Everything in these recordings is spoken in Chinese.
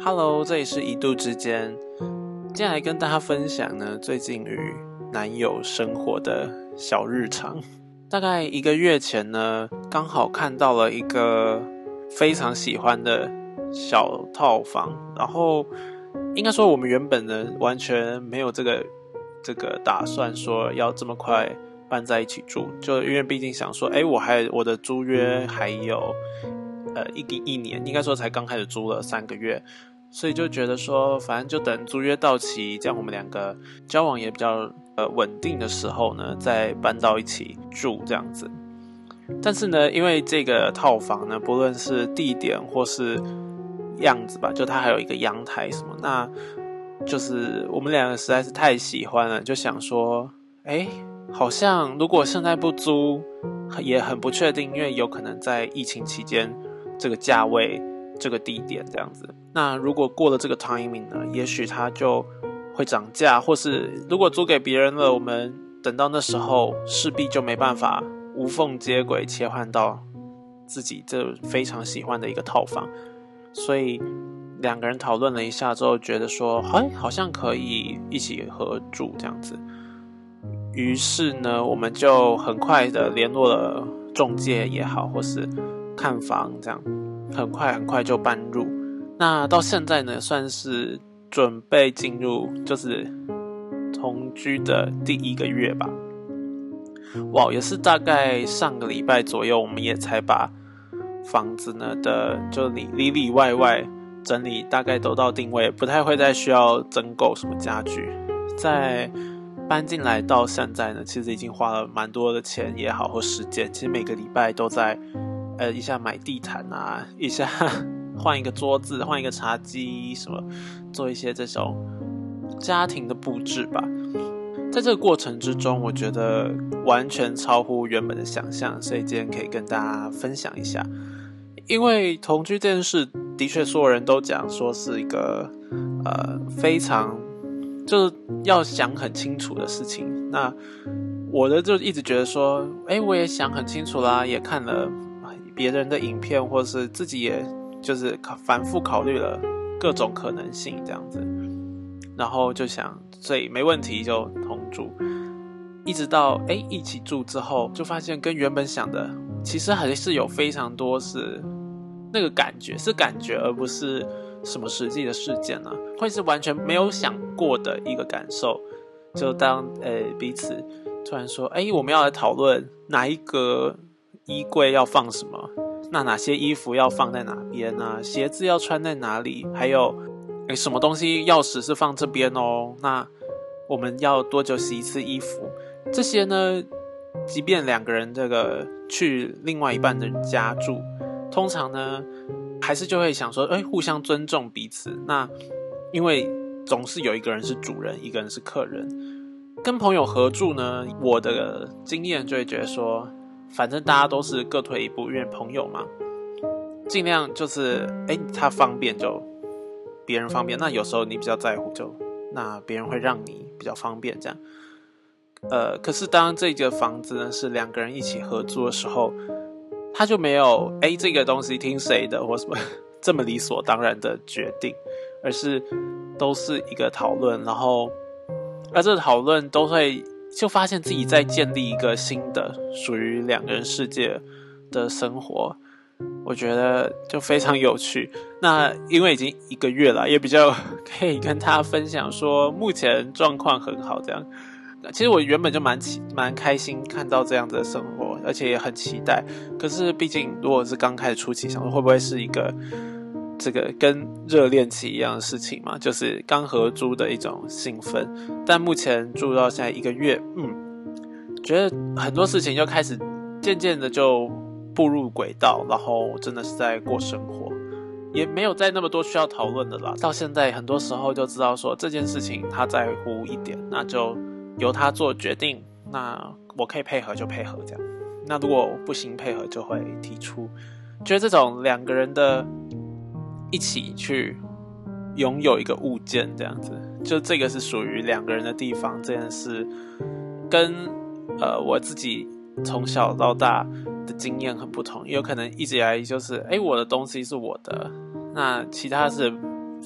Hello， 这里是一度之间，今天来跟大家分享呢，最近与男友生活的小日常。大概1个月前呢，刚好看到了一个非常喜欢的小套房，然后应该说我们原本呢完全没有这个打算说要这么快搬在一起住，就因为毕竟想说，我的租约还有一年，应该说才刚开始租了3个月，所以就觉得说反正就等租约到期，这样我们两个交往也比较稳定的时候呢，再搬到一起住这样子。但是呢，因为这个套房呢，不论是地点或是样子吧，就它还有一个阳台什么，那就是我们两个实在是太喜欢了，就想说好像如果现在不租也很不确定，因为有可能在疫情期间这个价位这个地点这样子，那如果过了这个 timing 呢，也许它就会涨价，或是如果租给别人了，我们等到那时候势必就没办法无缝接轨切换到自己这非常喜欢的一个套房，所以两个人讨论了一下之后，觉得说好像可以一起合住这样子。于是呢，我们就很快的联络了仲介也好，或是看房这样，很快就搬入。那到现在呢，算是准备进入就是同居的第1个月吧。哇，也是大概上个礼拜左右，我们也才把房子呢就里外整理，大概都到定位，不太会再需要增购什么家具。在搬进来到现在呢，其实已经花了蛮多的钱也好或时间，其实每个礼拜都在一下买地毯啊，一下换一个桌子，换一个茶几什么，做一些这种家庭的布置吧。在这个过程之中，我觉得完全超乎原本的想象，所以今天可以跟大家分享一下。因为同居这件事的确所有人都讲说是一个非常就是要想很清楚的事情。那我的就一直觉得说我也想很清楚啦，也看了别人的影片，或是自己也就是反复考虑了各种可能性这样子，然后就想所以没问题就同住，一直到一起住之后，就发现跟原本想的其实还是有非常多是那个感觉，是感觉而不是什么实际的事件啊，会是完全没有想过的一个感受。就当彼此突然说我们要来讨论哪一个衣柜要放什么，那哪些衣服要放在哪边啊，鞋子要穿在哪里，还有什么东西钥匙是放这边哦，那我们要多久洗一次衣服，这些呢即便两个人这个去另外一半的家住，通常呢还是就会想说互相尊重彼此。那因为总是有一个人是主人，一个人是客人。跟朋友合住呢，我的经验就会觉得说反正大家都是各退一步，因为朋友嘛，尽量就是他方便就别人方便，那有时候你比较在乎就那别人会让你比较方便这样。可是当这个房子呢是2个人一起合租的时候，他就没有这个东西听谁的或什么这么理所当然的决定，而是都是一个讨论，然后这个讨论都会就发现自己在建立一个新的属于2个人世界的生活，我觉得就非常有趣。那因为已经1个月了，也比较可以跟他分享说目前状况很好这样。其实我原本就蛮开心看到这样的生活，而且也很期待。可是毕竟如果是刚开始初期，想说会不会是一个这个跟热恋期一样的事情嘛，就是刚合租的一种兴奋。但目前住到现在1个月，觉得很多事情就开始渐渐的就步入轨道，然后真的是在过生活，也没有再那么多需要讨论的啦。到现在很多时候就知道说这件事情他在乎一点，那就由他做决定，那我可以配合就配合这样，那如果不行配合就会提出。觉得这种2个人的一起去拥有一个物件这样子，就这个是属于2个人的地方，这件事跟我自己从小到大的经验很不同。有可能一直以来就是我的东西是我的，那其他是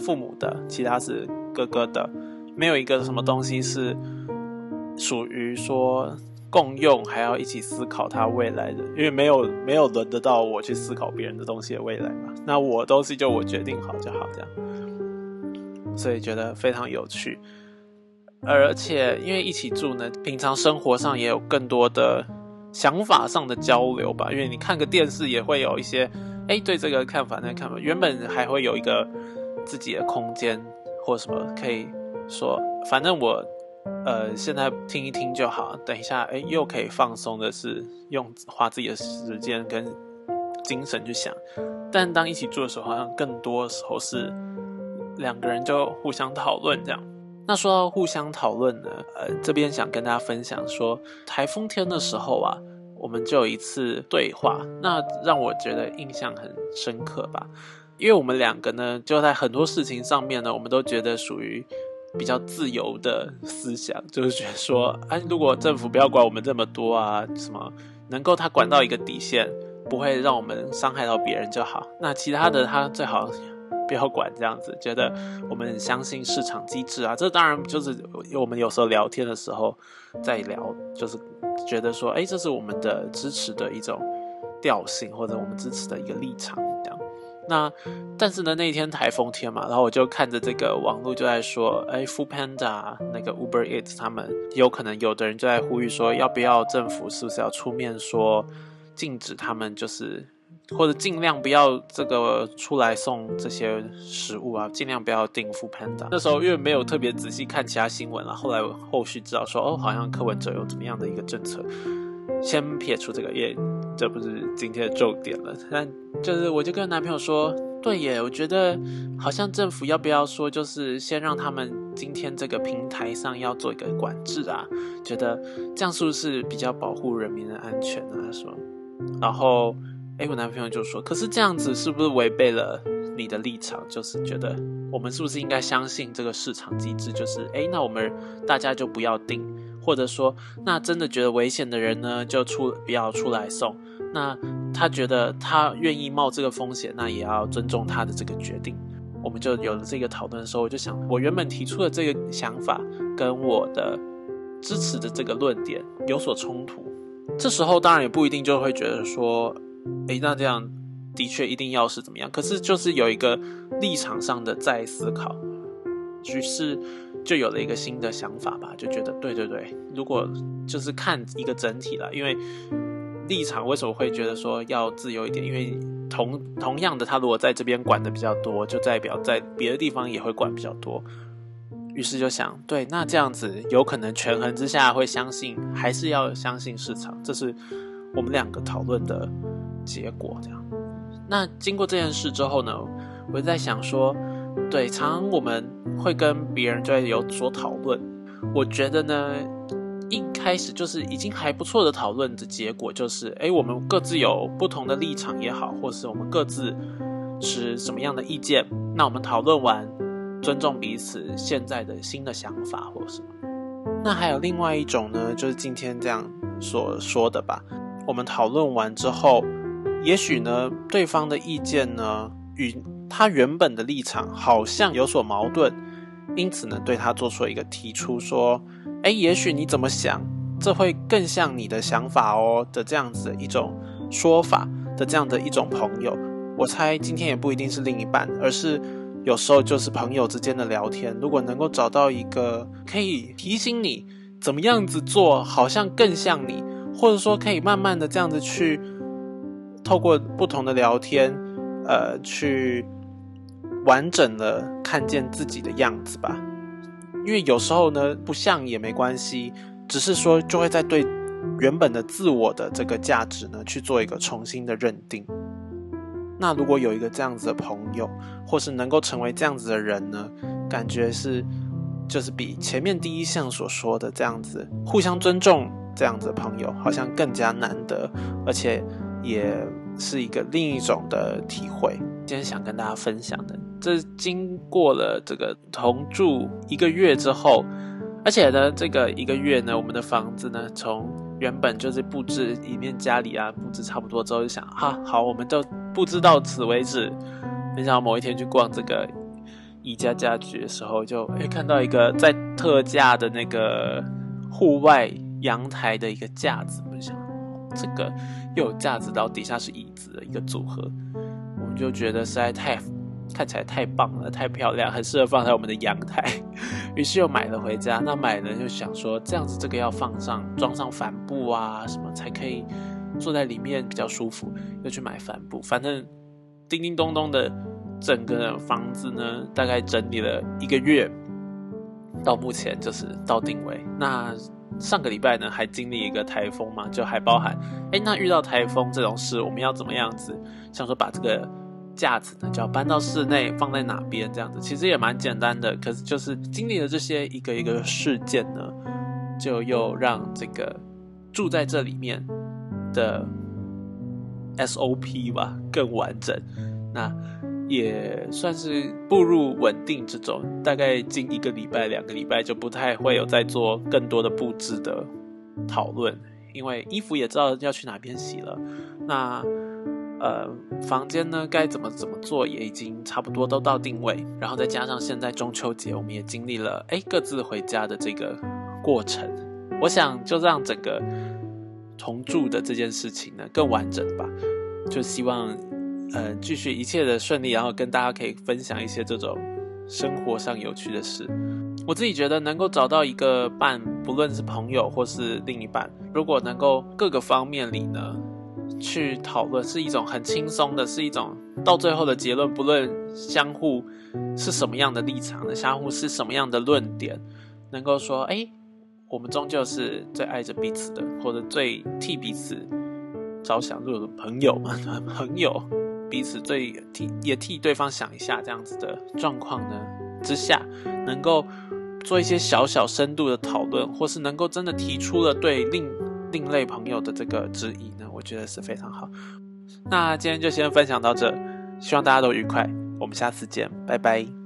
父母的，其他是哥哥的，没有一个什么东西是属于说共用还要一起思考它未来的，因为没有轮得到我去思考别人的东西的未来嘛，那我东西就我决定好就好这样，所以觉得非常有趣。而且因为一起住呢，平常生活上也有更多的想法上的交流吧，因为你看个电视也会有一些对这个看法那个看法，原本还会有一个自己的空间或什么可以说反正我现在听一听就好，等一下又可以放松的是花自己的时间跟精神去想。但当一起住的时候，好像更多的时候是两个人就互相讨论这样。那说到互相讨论呢，这边想跟大家分享说，台风天的时候啊，我们就有一次对话，那让我觉得印象很深刻吧。因为我们两个呢，就在很多事情上面呢，我们都觉得属于比较自由的思想，就是觉得说，如果政府不要管我们这么多啊，什么能够他管到一个底线，不会让我们伤害到别人就好。那其他的他最好不要管这样子，觉得我们很相信市场机制啊。这当然就是我们有时候聊天的时候在聊，就是觉得说，这是我们的支持的一种调性，或者我们支持的一个立场这样。那但是呢，那一天台风天嘛，然后我就看着这个网络就在说Foodpanda 那个 Uber Eats 他们有可能有的人就在呼吁说，要不要政府是不是要出面说禁止他们就是或者尽量不要这个出来送这些食物啊，尽量不要订 Foodpanda。那时候因为没有特别仔细看其他新闻啦，后续知道说好像柯文哲有怎么样的一个政策，先撇除这个，也这不是今天的重点了。但就是我就跟男朋友说，对耶，我觉得好像政府要不要说，就是先让他们今天这个平台上要做一个管制啊，觉得这样是不是比较保护人民的安全啊？说，然后我男朋友就说，可是这样子是不是违背了你的立场？就是觉得我们是不是应该相信这个市场机制？就是那我们大家就不要订。或者说那真的觉得危险的人呢，就不要出来送，那他觉得他愿意冒这个风险，那也要尊重他的这个决定。我们就有了这个讨论的时候，我就想我原本提出的这个想法跟我的支持的这个论点有所冲突，这时候当然也不一定就会觉得说那这样的确一定要是怎么样，可是就是有一个立场上的再思考，于是就有了一个新的想法吧，就觉得对，如果就是看一个整体啦，因为立场为什么会觉得说要自由一点，因为同样的他如果在这边管的比较多，就代表在别的地方也会管比较多，于是就想对，那这样子有可能权衡之下会还是要相信市场，这是我们两个讨论的结果这样。那经过这件事之后呢，我就在想说，对，常常我们会跟别人就会有所讨论，我觉得呢一开始就是已经还不错的讨论的结果，就是我们各自有不同的立场也好，或是我们各自持什么样的意见，那我们讨论完尊重彼此现在的新的想法或什么。那还有另外一种呢，就是今天这样所说的吧，我们讨论完之后，也许呢对方的意见呢与他原本的立场好像有所矛盾，因此呢对他做出了一个提出说，也许你怎么想，这会更像你的想法哦的这样子的一种说法的这样的一种朋友。我猜今天也不一定是另一半，而是有时候就是朋友之间的聊天，如果能够找到一个可以提醒你怎么样子做好像更像你，或者说可以慢慢的这样子去透过不同的聊天去完整的看见自己的样子吧。因为有时候呢不像也没关系，只是说就会在对原本的自我的这个价值呢去做一个重新的认定。那如果有一个这样子的朋友，或是能够成为这样子的人呢，感觉就是比前面第一项所说的这样子互相尊重这样子的朋友好像更加难得，而且也是一个另一种的体会。今天想跟大家分享的，这经过了这个同住1个月之后，而且呢这个1个月呢，我们的房子呢从原本就是布置一面家里啊，布置差不多之后就想好，我们就布置到此为止。没想到某一天去逛这个宜家家居的时候就看到一个在特价的那个户外阳台的一个架子，我们想这个又有架子，然后底下是椅子的一个组合，我们就觉得实在看起来太棒了，太漂亮，很适合放在我们的阳台，于是又买了回家。那买了就想说这样子这个要装上帆布啊什么才可以坐在里面比较舒服，又去买帆布，反正叮叮咚咚的整个房子呢大概整理了1个月，到目前就是到定位。那上个礼拜呢还经历一个台风嘛，就还包含那遇到台风这种事我们要怎么样子，想说把这个架子呢就要搬到室内放在哪边这样子，其实也蛮简单的，可是就是经历了这些一个一个事件呢，就又让这个住在这里面的 SOP 吧更完整，那也算是步入稳定之中，大概近1个礼拜2个礼拜就不太会有再做更多的布置的讨论，因为衣服也知道要去哪边洗了，那房间呢该怎么做也已经差不多都到定位，然后再加上现在中秋节我们也经历了各自回家的这个过程，我想就让整个同住的这件事情呢更完整吧，就希望继续一切的顺利，然后跟大家可以分享一些这种生活上有趣的事。我自己觉得能够找到一个伴，不论是朋友或是另一半，如果能够各个方面里呢去讨论，是一种很轻松的，是一种到最后的结论，不论相互是什么样的立场的，相互是什么样的论点，能够说我们终究是最爱着彼此的，或者最替彼此着想，如果朋友嘛，朋友彼此也替对方想一下，这样子的状况呢之下，能够做一些小小深度的讨论，或是能够真的提出了对另类朋友的这个质疑呢，我觉得是非常好。那今天就先分享到这，希望大家都愉快，我们下次见，拜拜。